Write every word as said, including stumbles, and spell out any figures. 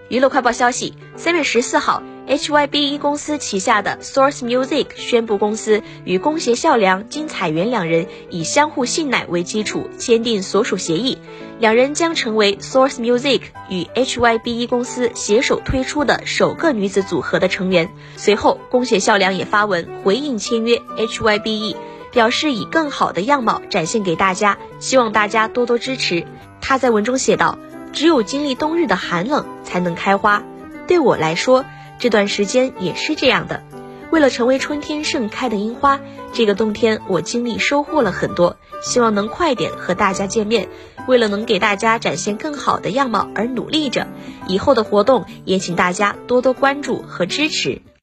娱乐快报消息，三月十四号 H Y B E 公司旗下的 Source Music 宣布，公司与宫胁孝良、金彩媛两人以相互信赖为基础签订所属协议，两人将成为 Source Music 与 H Y B E 公司携手推出的首个女子组合的成员。随后，宫胁孝良也发文回应签约 H Y B E， 表示以更好的样貌展现给大家，希望大家多多支持。他在文中写道，只有经历冬日的寒冷才能开花，对我来说这段时间也是这样的。为了成为春天盛开的樱花，这个冬天我经历收获了很多，希望能快点和大家见面。为了能给大家展现更好的样貌而努力着，以后的活动也请大家多多关注和支持。